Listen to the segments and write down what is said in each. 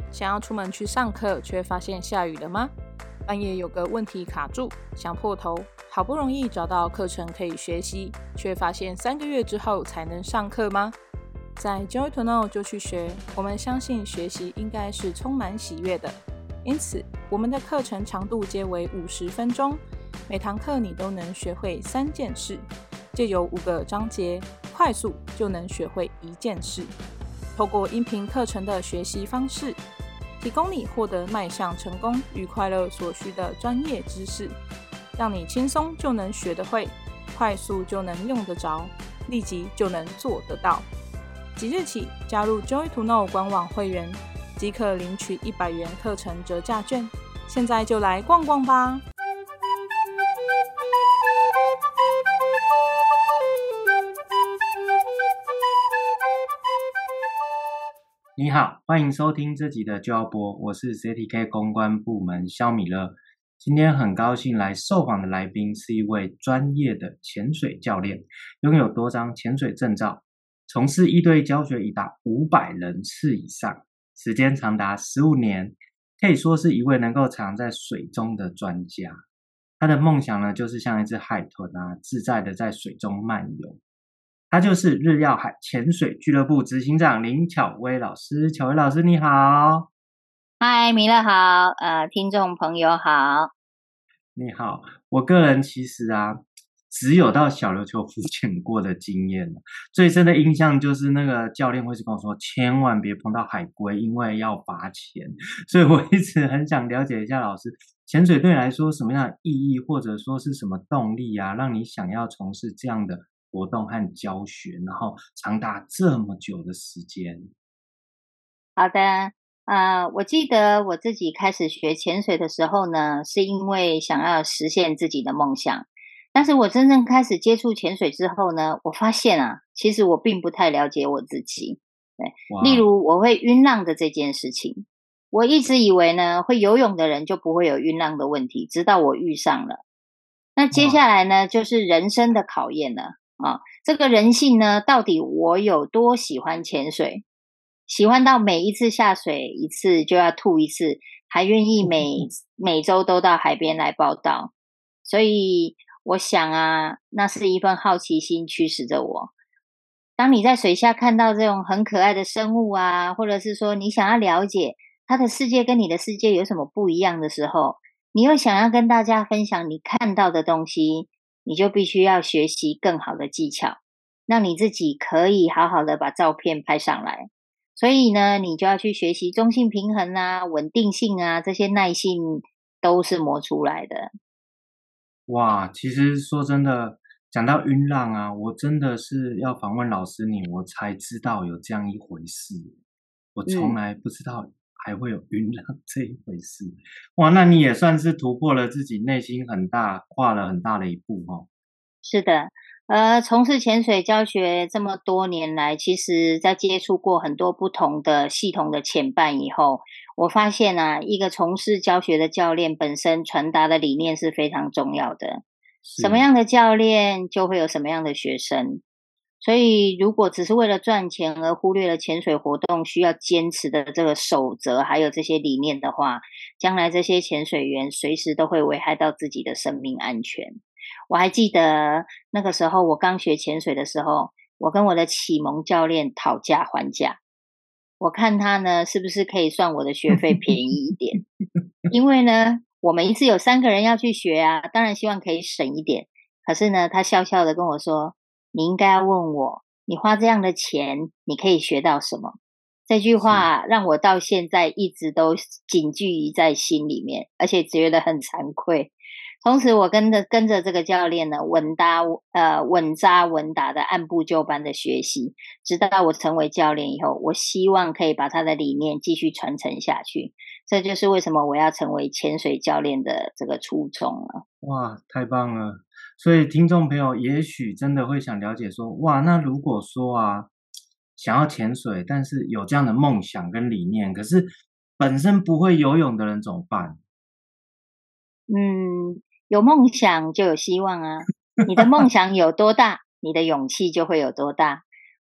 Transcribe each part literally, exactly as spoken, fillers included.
想要出门去上课，却发现下雨了吗？半夜有个问题卡住，想破头，好不容易找到课程可以学习，却发现三个月之后才能上课吗？在 Joy to Know 就去学，我们相信学习应该是充满喜悦的，因此我们的课程长度皆为五十分钟，每堂课你都能学会三件事，借由五个章节，快速就能学会一件事。透过音频课程的学习方式，提供你获得迈向成功与快乐所需的专业知识，让你轻松就能学得会，快速就能用得着，立即就能做得到。即日起加入 Joy to Know 官网会员，即可领取一百元课程折价券。现在就来逛逛吧！ 你好，欢迎收听这集的就要播，我是 C T K 公关部门肖米勒。今天很高兴来受访的来宾是一位专业的潜水教练，拥有多张潜水证照，从事一对一教学已达五百人次以上，时间长达十五年，可以说是一位能够藏在水中的专家。他的梦想呢，就是像一只海豚啊，自在的在水中漫游。他就是日耀海潜水俱乐部执行长林巧薇老师。巧薇老师你好。 嗨，米勒好，呃，听众朋友好。 你好，我个人其实啊，只有到小琉球浮潜过的经验了。最深的印象就是那个教练会是跟我说，千万别碰到海龟，因为要罚钱。所以我一直很想了解一下老师，潜水对你来说什么样的意义，或者说是什么动力啊，让你想要从事这样的活动和教学，然后长达这么久的时间。 好的，呃，我记得我自己开始学潜水的时候呢，是因为想要实现自己的梦想。但是我真正开始接触潜水之后呢，我发现啊，其实我并不太了解我自己。对，例如我会晕浪的这件事情，我一直以为呢，会游泳的人就不会有晕浪的问题，直到我遇上了。那接下来呢，就是人生的考验了。啊，这个人性呢，到底我有多喜欢潜水？喜欢到每一次下水一次就要吐一次，还愿意每每周都到海边来报道。所以我想啊，那是一份好奇心驱使着我。当你在水下看到这种很可爱的生物啊，或者是说你想要了解它的世界跟你的世界有什么不一样的时候，你又想要跟大家分享你看到的东西，你就必须要学习更好的技巧，让你自己可以好好的把照片拍上来。所以呢，你就要去学习中性平衡啊、稳定性啊，这些耐性都是磨出来的。 哇，其实说真的，讲到晕浪啊，我真的是要访问老师你，我才知道有这样一回事。我从来不知道还会有晕浪这一回事。哇，那你也算是突破了自己内心很大，跨了很大的一步哦。 是的，呃，从事潜水教学这么多年来，其实在接触过很多不同的系统的潜伴以后，我发现啊，一个从事教学的教练本身传达的理念是非常重要的。什么样的教练就会有什么样的学生。所以如果只是为了赚钱而忽略了潜水活动需要坚持的这个守则，还有这些理念的话，将来这些潜水员随时都会危害到自己的生命安全。我还记得那个时候我刚学潜水的时候，我跟我的启蒙教练讨价还价，我看他呢是不是可以算我的学费便宜一点。因为呢我们一次有三个人要去学啊，当然希望可以省一点。可是呢他笑笑的跟我说，你应该要问我，你花这样的钱你可以学到什么。这句话让我到现在一直都谨记于在心里面，而且觉得很惭愧。从此我跟着跟着这个教练呢，稳搭呃稳扎稳打的按部就班的学习，直到我成为教练以后，我希望可以把他的理念继续传承下去。这就是为什么我要成为潜水教练的这个初衷了。 哇，太棒了！所以听众朋友也许真的会想了解说，哇，那如果说啊，想要潜水，但是有这样的梦想跟理念，可是本身不会游泳的人怎么办？ 嗯，有梦想就有希望啊。你的梦想有多大，你的勇气就会有多大。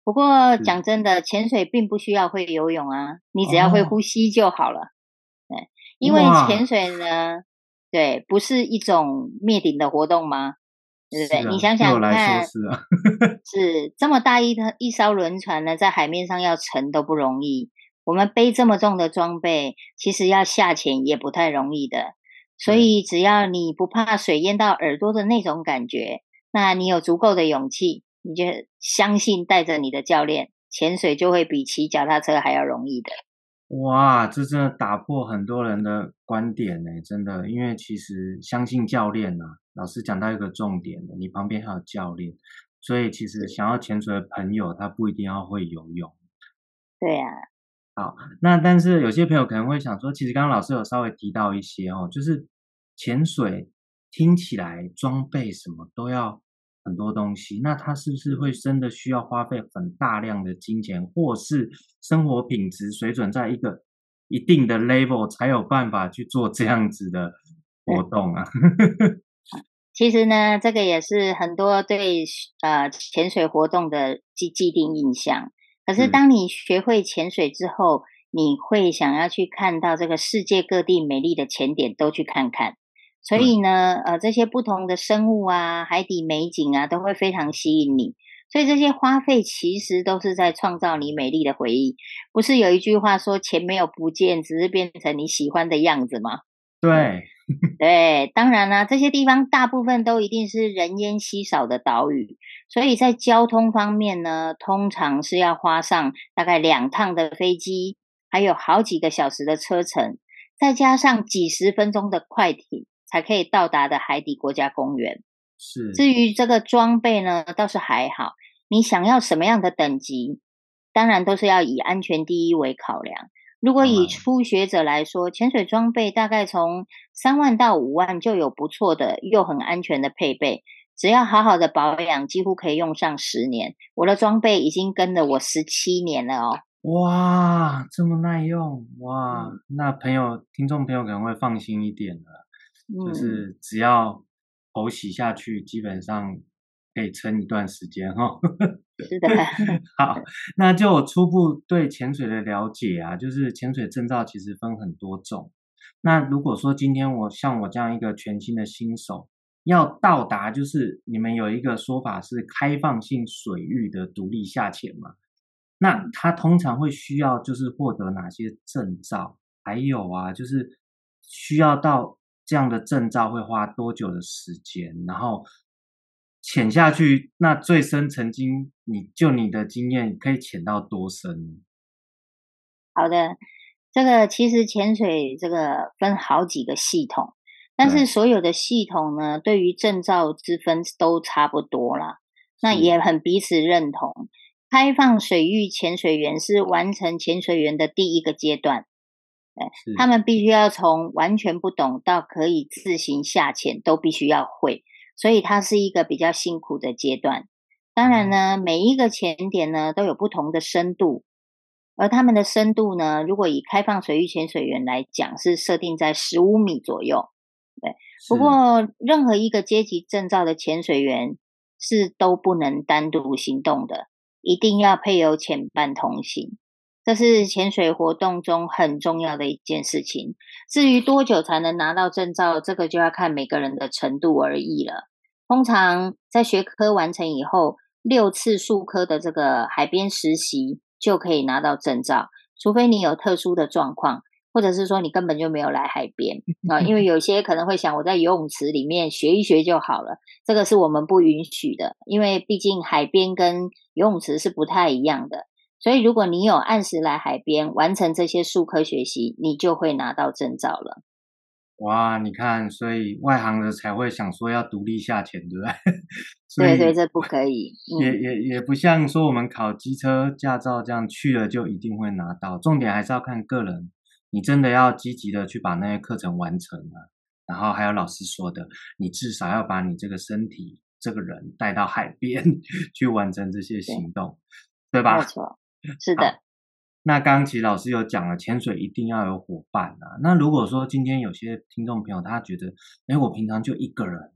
不过是讲真的，潜水并不需要会游泳啊，你只要会哦， 呼吸就好了。对，因为哇， 潜水呢，对，不是一种灭顶的活动吗？对不对？你是啊， 想对我来说想看， 是啊， 是这么大一的一艘轮船呢，在海面上要沉都不容易。我们背这么重的装备，其实要下潜也不太容易的。所对。 以只要你不怕水淹到耳朵的那种感觉，那你有足够的勇气，你就相信带着你的教练，潜水就会比骑脚踏车还要容易的。 哇，这真的打破很多人的观点呢，真的。因为其实相信教练呐，老师讲到一个重点了，你旁边还有教练，所以其实是， 想要潜水的朋友，他不一定要会游泳。 对啊， 那但是有些朋友可能会想说，其实刚刚老师有稍微提到一些哦，就是潜水听起来装备什么都要很多东西，那他是不是会真的需要花费很大量的金钱，或是生活品质水准在一个一定的 level 才有办法去做这样子的活对。 动啊？ 其实呢，这个也是很多对呃潜水活动的既既定印象。可是是， 当你学会潜水之后，你会想要去看到这个世界各地美丽的潜点都去看看。所对， 以呢，呃，这些不同的生物啊、海底美景啊，都会非常吸引你。所以这些花费其实都是在创造你美丽的回忆。不是有一句话说钱没有不见，只是变成你喜欢的样子吗？对。 对， 对，当然啦，这些地方大部分都一定是人烟稀少的岛屿，所以在交通方面呢，通常是要花上大概两趟的飞机，还有好几个小时的车程，再加上几十分钟的快艇，才可以到达的海底国家公园。 是， 至于这个装备呢，倒是还好，你想要什么样的等级，当然都是要以安全第一为考量。如果以当然， 初学者来说，潜水装备大概从三万到五万就有不错的又很安全的配备，只要好好的保养，几乎可以用上十年。我的装备已经跟了我十七年了哦。 哇，这么耐用，哇， 嗯那朋友听众朋友可能会放心一点了。就嗯， 是只要头洗下去，基本上可以撑一段时间哈。 是的， 好，那就我初步对潜水的了解啊，就是潜水证照其实分很多种。那如果说今天我像我这样一个全新的新手，要到达就是你们有一个说法是开放性水域的独立下潜嘛？那他通常会需要就是获得哪些证照？还有啊，就是需要到这样的证照会花多久的时间？然后潜下去，那最深曾经你就你的经验可以潜到多深呢？ 好的。这个其实潜水这个分好几个系统，但是对， 所有的系统呢，对于证照之分都差不多啦，那是也很彼此认同。开放水域潜水员是完成潜水员的第一个阶段，对，他是， 们必须要从完全不懂到可以自行下潜，都必须要会，所以它是一个比较辛苦的阶段。当然哦， 呢，每一个潜点呢都有不同的深度，而他们的深度呢，如果以开放水域潜水员来讲，是设定在十五米左右。对，不是， 过任何一个阶级证照的潜水员是都不能单独行动的，一定要配有潜伴同行。这是潜水活动中很重要的一件事情。至于多久才能拿到证照，这个就要看每个人的程度而异了。通常在学科完成以后，六次数科的这个海边实习就可以拿到证照，除非你有特殊的状况，或者是说你根本就没有来海边啊、因为有些可能会想我在游泳池里面学一学就好了，这个是我们不允许的，因为毕竟海边跟游泳池是不太一样的。所以如果你有按时来海边完成这些术科学习，你就会拿到证照了。 哇，你看，所以外行的才会想说要独立下潜，对不对？所对对， 以这不可以。嗯， 也也也不像说我们考机车驾照这样去了就一定会拿到，重点还是要看个人，你真的要积极的去把那些课程完成了，然后还有老师说的，你至少要把你这个身体、这个人带到海边去完成这些对， 行动，对吧？ 没有错，是好， 的。 那刚刚其实老师有讲了，潜水一定要有伙伴啊。那如果说今天有些听众朋友他觉得，哎，我平常就一个人，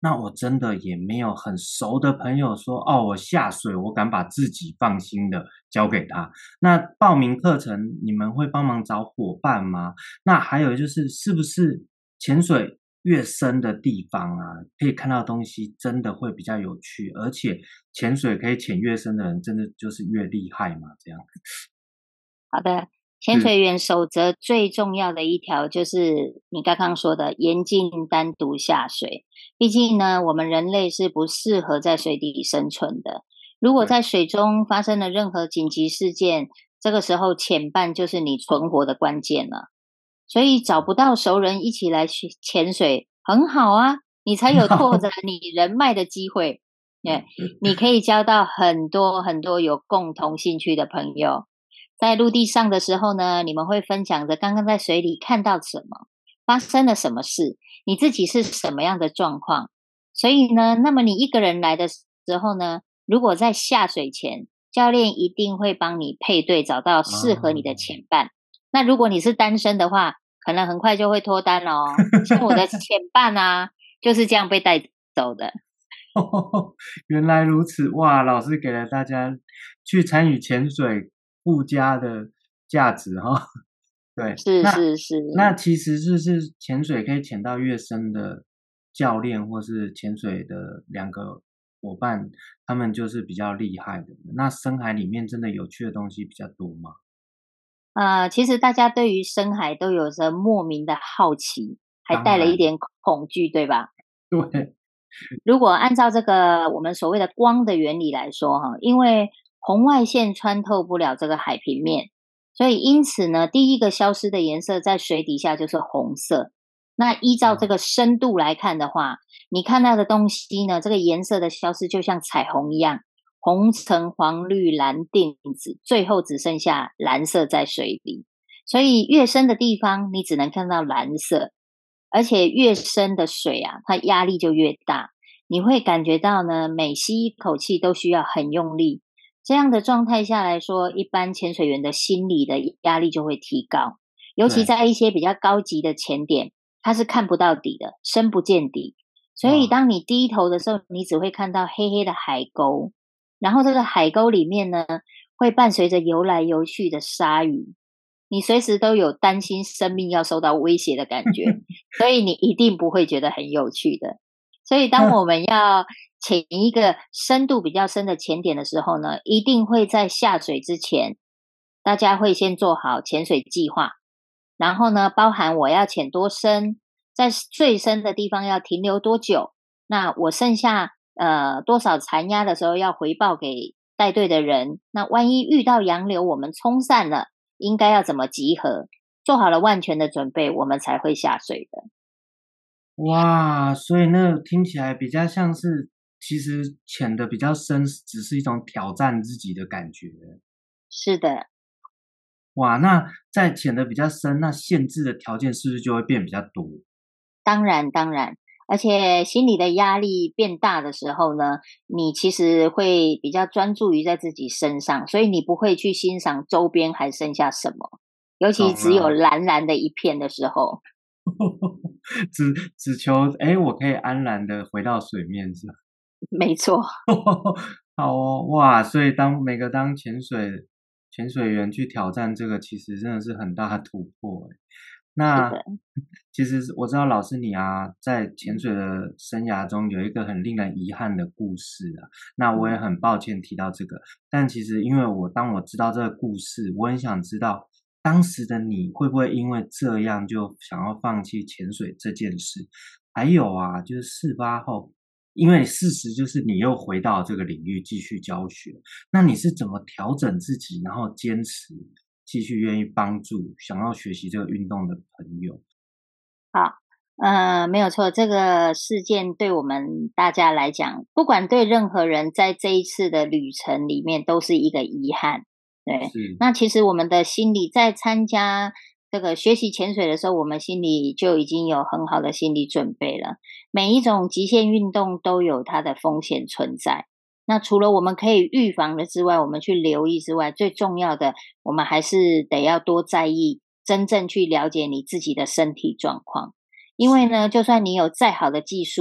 那我真的也没有很熟的朋友说，哦，我下水，我敢把自己放心的交给他。那报名课程，你们会帮忙找伙伴吗？那还有就是，是不是潜水越深的地方啊，可以看到的东西真的会比较有趣，而且潜水可以潜越深的人，真的就是越厉害嘛？这样。 好的，潜水员守则最重要的一条就是你刚刚说的严禁单独下水。毕竟呢，我们人类是不适合在水底生存的。如果在水中发生了任何紧急事件，这个时候潜伴就是你存活的关键了。所以找不到熟人一起来潜水，很好啊，你才有拓展你人脉的机会。对，你可以交到很多很多有共同兴趣的朋友。在陆地上的时候呢，你们会分享着刚刚在水里看到什么，发生了什么事，你自己是什么样的状况。所以呢，那么你一个人来的时候呢，如果在下水前，教练一定会帮你配对，找到适合你的潜伴。那如果你是单身的话，可能很快就会脱单了哦。像我的潜伴啊，就是这样被带走的。 哦，原来如此，哇！老师给了大家去参与潜水附加的价值哈。对， 是那是是。 那其实就是潜水可以潜到越深的教练或是潜水的两个伙伴，他们就是比较厉害的。那深海里面真的有趣的东西比较多吗？ 呃，其实大家对于深海都有着莫名的好奇，还带了一点恐惧，对吧？ 对。 如果按照这个我们所谓的光的原理来说哈，因为红外线穿透不了这个海平面，所以因此呢，第一个消失的颜色在水底下就是红色。那依照这个深度来看的话，你看到的东西呢，这个颜色的消失就像彩虹一样，红橙黄绿蓝靛紫，最后只剩下蓝色在水里。所以越深的地方你只能看到蓝色，而且越深的水啊，它压力就越大，你会感觉到呢，每吸一口气都需要很用力。这样的状态下来说，一般潜水员的心理的压力就会提高，尤其在一些比较高级的潜点，它是看不到底的，深不见底。所以当你低头的时候，你只会看到黑黑的海沟，然后这个海沟里面呢，会伴随着游来游去的鲨鱼，你随时都有担心生命要受到威胁的感觉，所以你一定不会觉得很有趣的。所以当我们要潜一个深度比较深的潜点的时候呢，一定会在下水之前，大家会先做好潜水计划，然后呢，包含我要潜多深，在最深的地方要停留多久，那我剩下呃多少残压的时候要回报给带队的人，那万一遇到洋流我们冲散了，应该要怎么集合，做好了万全的准备，我们才会下水的。 哇，所以那听起来比较像是，其实潜的比较深，只是一种挑战自己的感觉。 是的。 哇，那在潜的比较深，那限制的条件是不是就会变比较多？ 当然当然，而且心理的压力变大的时候呢，你其实会比较专注于在自己身上，所以你不会去欣赏周边还剩下什么，尤其只有蓝蓝的一片的时候。 只只求诶我可以安然的回到水面是吧？ 没错。 好哦，哇，所以当每个当潜水潜水员去挑战这个，其实真的是很大的突破诶。那其实我知道老师你啊，在潜水的生涯中有一个很令人遗憾的故事啊，那我也很抱歉提到这个，但其实因为我当我知道这个故事，我很想知道当时的你会不会因为这样就想要放弃潜水这件事？还有啊，就是事发后，因为事实就是你又回到这个领域继续教学，那你是怎么调整自己，然后坚持继续愿意帮助想要学习这个运动的朋友？ 好，呃，没有错，这个事件对我们大家来讲，不管对任何人，在这一次的旅程里面都是一个遗憾。对，那其实我们的心理在参加这个学习潜水的时候，我们心里就已经有很好的心理准备了。每一种极限运动都有它的风险存在，那除了我们可以预防的之外，我们去留意之外，最重要的，我们还是得要多在意，真正去了解你自己的身体状况。因为呢，就算你有再好的技术，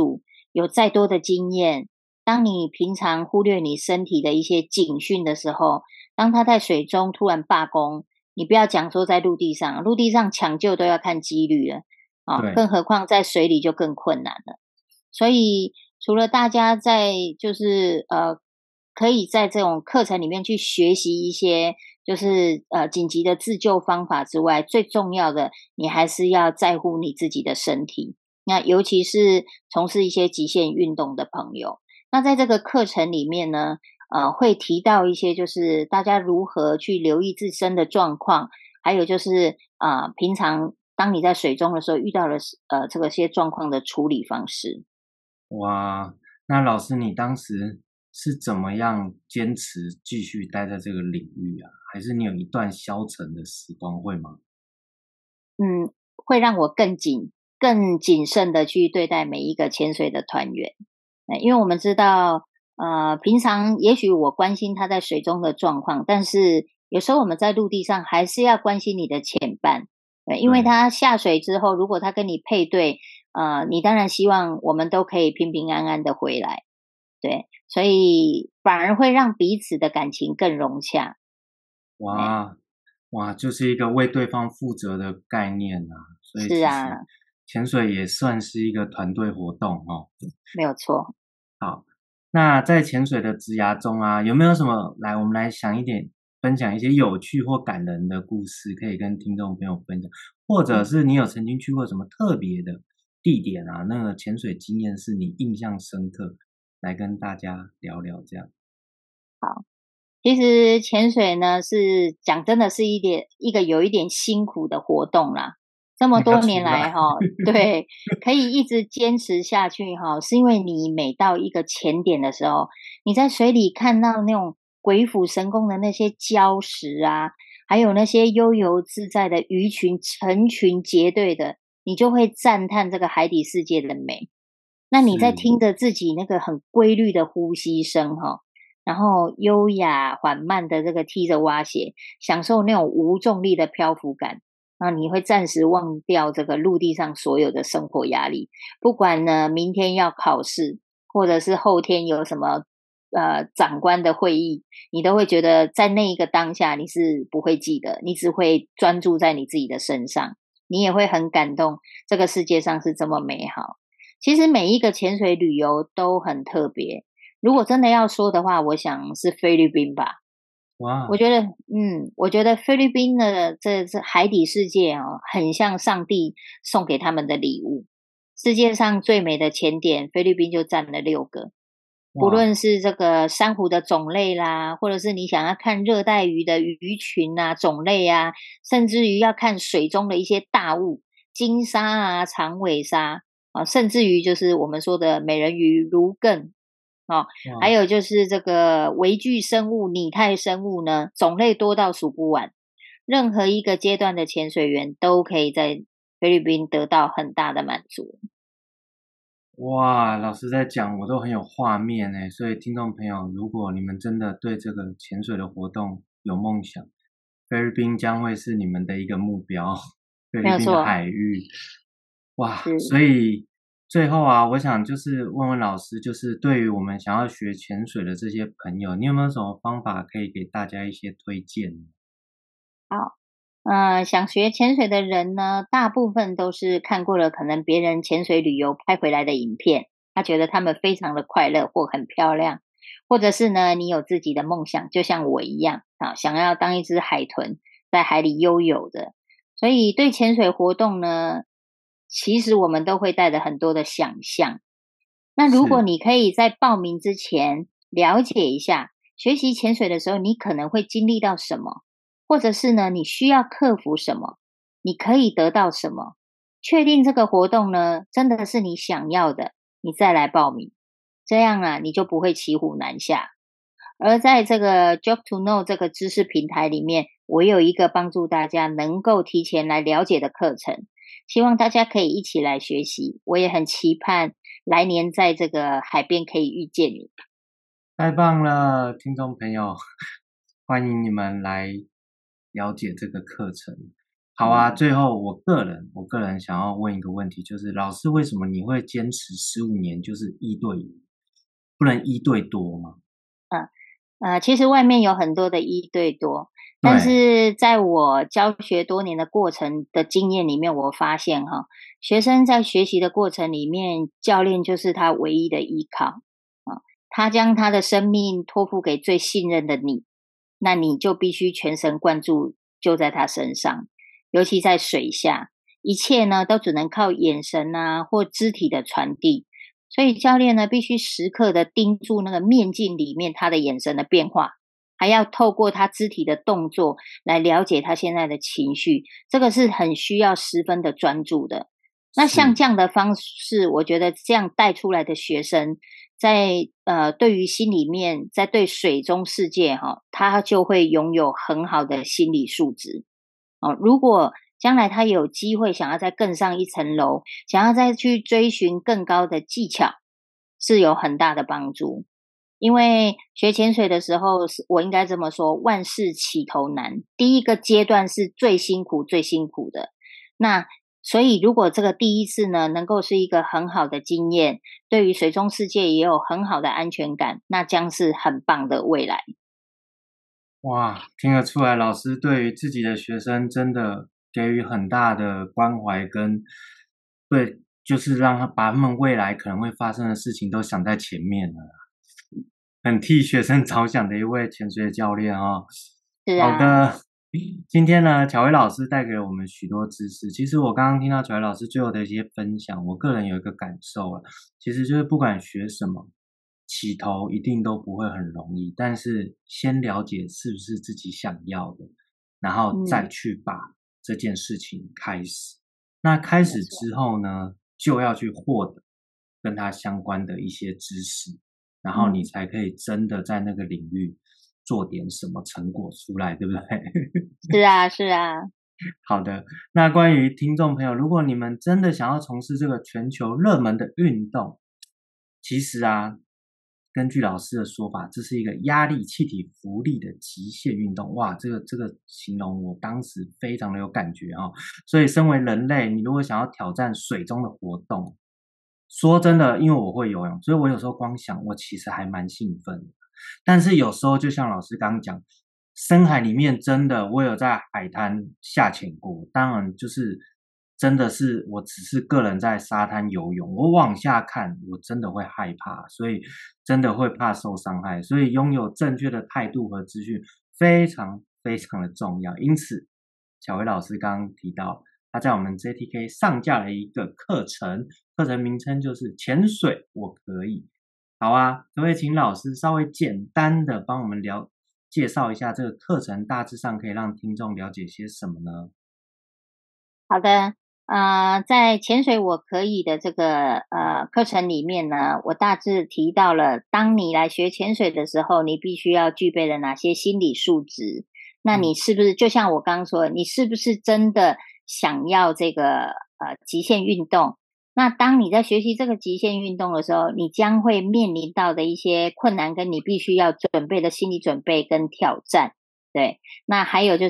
有再多的经验，当你平常忽略你身体的一些警讯的时候，当它在水中突然罢工，你不要讲说在陆地上，陆地上抢救都要看几率了啊， 对， 更何况在水里就更困难了。所以除了大家在就是呃，可以在这种课程里面去学习一些就是呃紧急的自救方法之外，最重要的你还是要在乎你自己的身体。那尤其是从事一些极限运动的朋友，那在这个课程里面呢，呃，会提到一些就是大家如何去留意自身的状况，还有就是啊、呃平常当你在水中的时候遇到了呃这个些状况的处理方式。 哇，那老师你当时是怎么样坚持继续待在这个领域啊？还是你有一段消沉的时光会吗？ 嗯，会让我更谨更谨慎的去对待每一个潜水的团员。呃因为我们知道，呃，平常也许我关心他在水中的状况，但是有时候我们在陆地上还是要关心你的潜伴。对，因为对， 他下水之后，如果他跟你配对，呃，你当然希望我们都可以平平安安的回来。对，所以反而会让彼此的感情更融洽。哎， 哇，哇，就是一个为对方负责的概念啊，所以其实是啊， 潜水也算是一个团队活动哦。 没有错。 好，那在潜水的职涯中啊，有没有什么来，我们来想一点，分享一些有趣或感人的故事，可以跟听众朋友分享，或者嗯。 是你有曾经去过什么特别的地点啊，那个潜水经验是你印象深刻，来跟大家聊聊这样。 其实潜水呢，是讲真的是一点一个有一点辛苦的活动啦。这么看得多年出来， 来哈，对，可以一直坚持下去哈，是因为你每到一个潜点的时候，你在水里看到那种鬼斧神工的那些礁石啊，还有那些悠游自在的鱼群成群结队的，你就会赞叹这个海底世界的美。那你在是， 听着自己那个很规律的呼吸声哈，然后优雅缓慢的这个踢着蛙鞋，享受那种无重力的漂浮感。那你会暂时忘掉这个陆地上所有的生活压力，不管呢明天要考试，或者是后天有什么呃长官的会议，你都会觉得在那一个当下你是不会记得，你只会专注在你自己的身上，你也会很感动，这个世界上是这么美好。其实每一个潜水旅游都很特别，如果真的要说的话，我想是菲律宾吧。我哇， 觉得，嗯，我觉得菲律宾的这这海底世界哦，很像上帝送给他们的礼物。世界上最美的潜点，菲律宾就占了六个。不哇， 论是这个珊瑚的种类啦，或者是你想要看热带鱼的鱼群啊、种类啊，甚至于要看水中的一些大物，金鲨啊、长尾鲨啊，甚至于就是我们说的美人鱼、芦艮。哦，还哇。 有就是这个微距生物、拟态生物呢，种类多到数不完。任何一个阶段的潜水员都可以在菲律宾得到很大的满足。 哇，老师在讲，我都很有画面诶，所以听众朋友，如果你们真的对这个潜水的活动有梦想，菲律宾将会是你们的一个目标，菲律宾的没有错。 海域。哇，所是。 以最后啊，我想就是问问老师，就是对于我们想要学潜水的这些朋友，你有没有什么方法可以给大家一些推荐呢？ 好。呃，想学潜水的人呢，大部分都是看过了可能别人潜水旅游拍回来的影片，他觉得他们非常的快乐或很漂亮，或者是呢，你有自己的梦想，就像我一样啊，想要当一只海豚在海里悠游的。所以对潜水活动呢，其实我们都会带着很多的想象。那如果是， 你可以在报名之前了解一下，学习潜水的时候你可能会经历到什么，或者是呢你需要克服什么，你可以得到什么，确定这个活动呢真的是你想要的，你再来报名，这样啊你就不会骑虎难下。而在这个 Job to Know 这个知识平台里面，我有一个帮助大家能够提前来了解的课程，希望大家可以一起来学习。我也很期盼来年在这个海边可以遇见你。 太棒了，听众朋友，欢迎你们来了解这个课程。 好啊，最后我个人我个人想要问一个问题，就是老师为什么你会坚持十五年就是一对一，不能一对多吗？ 嗯。呃，其实外面有很多的一对多，但对， 是在我教学多年的过程的经验里面，我发现哈，学生在学习的过程里面，教练就是他唯一的依靠啊，他将他的生命托付给最信任的你，那你就必须全神贯注就在他身上，尤其在水下，一切呢都只能靠眼神啊或肢体的传递。所以教练呢，必须时刻的盯住那个面镜里面他的眼神的变化，还要透过他肢体的动作来了解他现在的情绪，这个是很需要十分的专注的。那像是， 这样的方式，我觉得这样带出来的学生在，呃对于心里面，在对水中世界哈，他就会拥有很好的心理素质。哦，如果将来他有机会想要再更上一层楼，想要再去追寻更高的技巧，是有很大的帮助。因为学潜水的时候，是我应该这么说，万事起头难，第一个阶段是最辛苦、最辛苦的。那所以，如果这个第一次呢，能够是一个很好的经验，对于水中世界也有很好的安全感，那将是很棒的未来。 哇，听得出来老师对于自己的学生真的给予很大的关怀跟对，就是让他把他们未来可能会发生的事情都想在前面了啦，很替学生着想的一位潜水教练哦。 是啊。 好的，今天呢，巧薇老师带给了我们许多知识。其实我刚刚听到巧薇老师最后的一些分享，我个人有一个感受啊，其实就是不管学什么，起头一定都不会很容易，但是先了解是不是自己想要的，然后再嗯， 去把这件事情开始。那开始没错。 之后呢，就要去获得跟它相关的一些知识，然后你嗯。 才可以真的在那个领域做点什么成果出来，对不对？ 是啊，是啊。 好的，那关于听众朋友，如果你们真的想要从事这个全球热门的运动，其实啊，根据老师的说法，这是一个压力气体浮力的极限运动。哇，这个这个形容我当时非常的有感觉啊、哦。所以，身为人类，你如果想要挑战水中的活动，说真的，因为我会游泳，所以我有时候光想，我其实还蛮兴奋的。但是有时候就像老师刚刚讲，深海里面真的我有在海滩下潜过，当然就是真的是我只是个人在沙滩游泳，我往下看我真的会害怕，所以真的会怕受伤害，所以拥有正确的态度和资讯非常非常的重要。因此，小薇老师刚刚提到，他在我们 J T K 上架了一个课程，课程名称就是潜水我可以。好啊，可不可以请老师稍微简单的帮我们了介绍一下这个课程，大致上可以让听众了解些什么呢？ 好的。呃，在潜水我可以的这个呃课程里面呢，我大致提到了，当你来学潜水的时候，你必须要具备的哪些心理素质。那嗯， 你是不是就像我刚刚说的，你是不是真的想要这个呃极限运动？那当你在学习这个极限运动的时候，你将会面临到的一些困难，跟你必须要准备的心理准备跟挑战。对。那还有就是，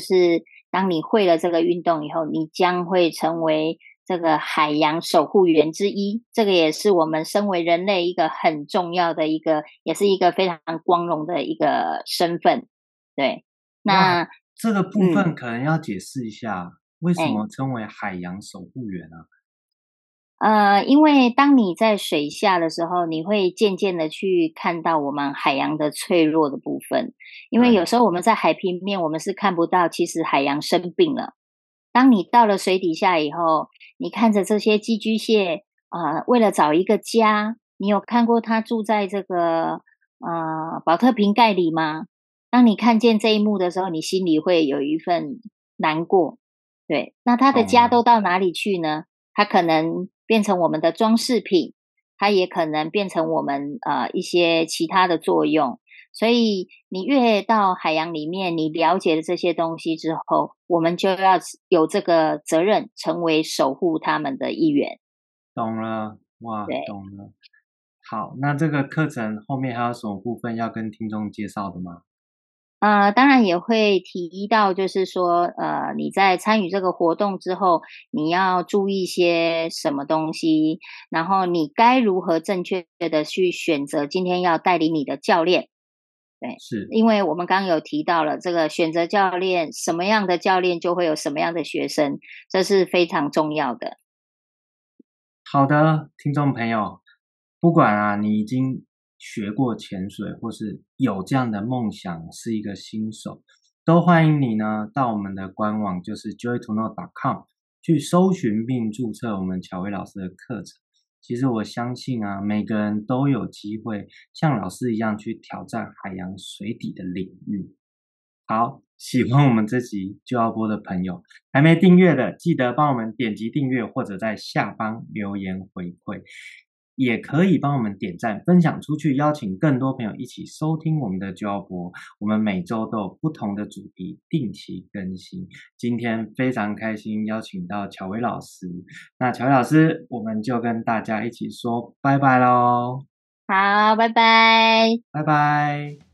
当你会了这个运动以后，你将会成为这个海洋守护员之一。这个也是我们身为人类一个很重要的一个，也是一个非常光荣的一个身份。对。 哇， 那这个部嗯， 分可能要解释一下，为什哎。 么称为海洋守护员啊？ 呃，因为当你在水下的时候，你会渐渐的去看到我们海洋的脆弱的部分。因为有对， 时候我们在海平面，我们是看不到，其实海洋生病了。当你到了水底下以后，你看着这些寄居蟹啊、呃为了找一个家，你有看过它住在这个呃保特瓶盖里吗？当你看见这一幕的时候，你心里会有一份难过。对。那它的家懂了。 都到哪里去呢？它可能变成我们的装饰品，它也可能变成我们呃一些其他的作用。所以你越到海洋里面，你了解了这些东西之后，我们就要有这个责任，成为守护他们的一员。 懂了，哇， 对。 懂了。好，那这个课程后面还有什么部分要跟听众介绍的吗？ 呃，当然也会提到，就是说，呃，你在参与这个活动之后，你要注意些什么东西，然后你该如何正确的去选择今天要带领你的教练。对， 是。 因为我们刚刚有提到了这个选择教练，什么样的教练就会有什么样的学生，这是非常重要的。 好的，听众朋友，不管啊，你已经学过潜水，或是有这样的梦想，是一个新手，都欢迎你呢到我们的官网，就是 joy to know dot com 去搜寻并注册我们巧薇老师的课程。其实我相信啊，每个人都有机会像老师一样去挑战海洋水底的领域。好，喜欢我们这集就要播的朋友，还没订阅的，记得帮我们点击订阅，或者在下方留言回馈，也可以帮我们点赞分享出去，邀请更多朋友一起收听我们的就要播。我们每周都有不同的主题定期更新。今天非常开心邀请到巧薇老师，那巧薇老师，我们就跟大家一起说拜拜咯。 好，拜拜。 拜拜。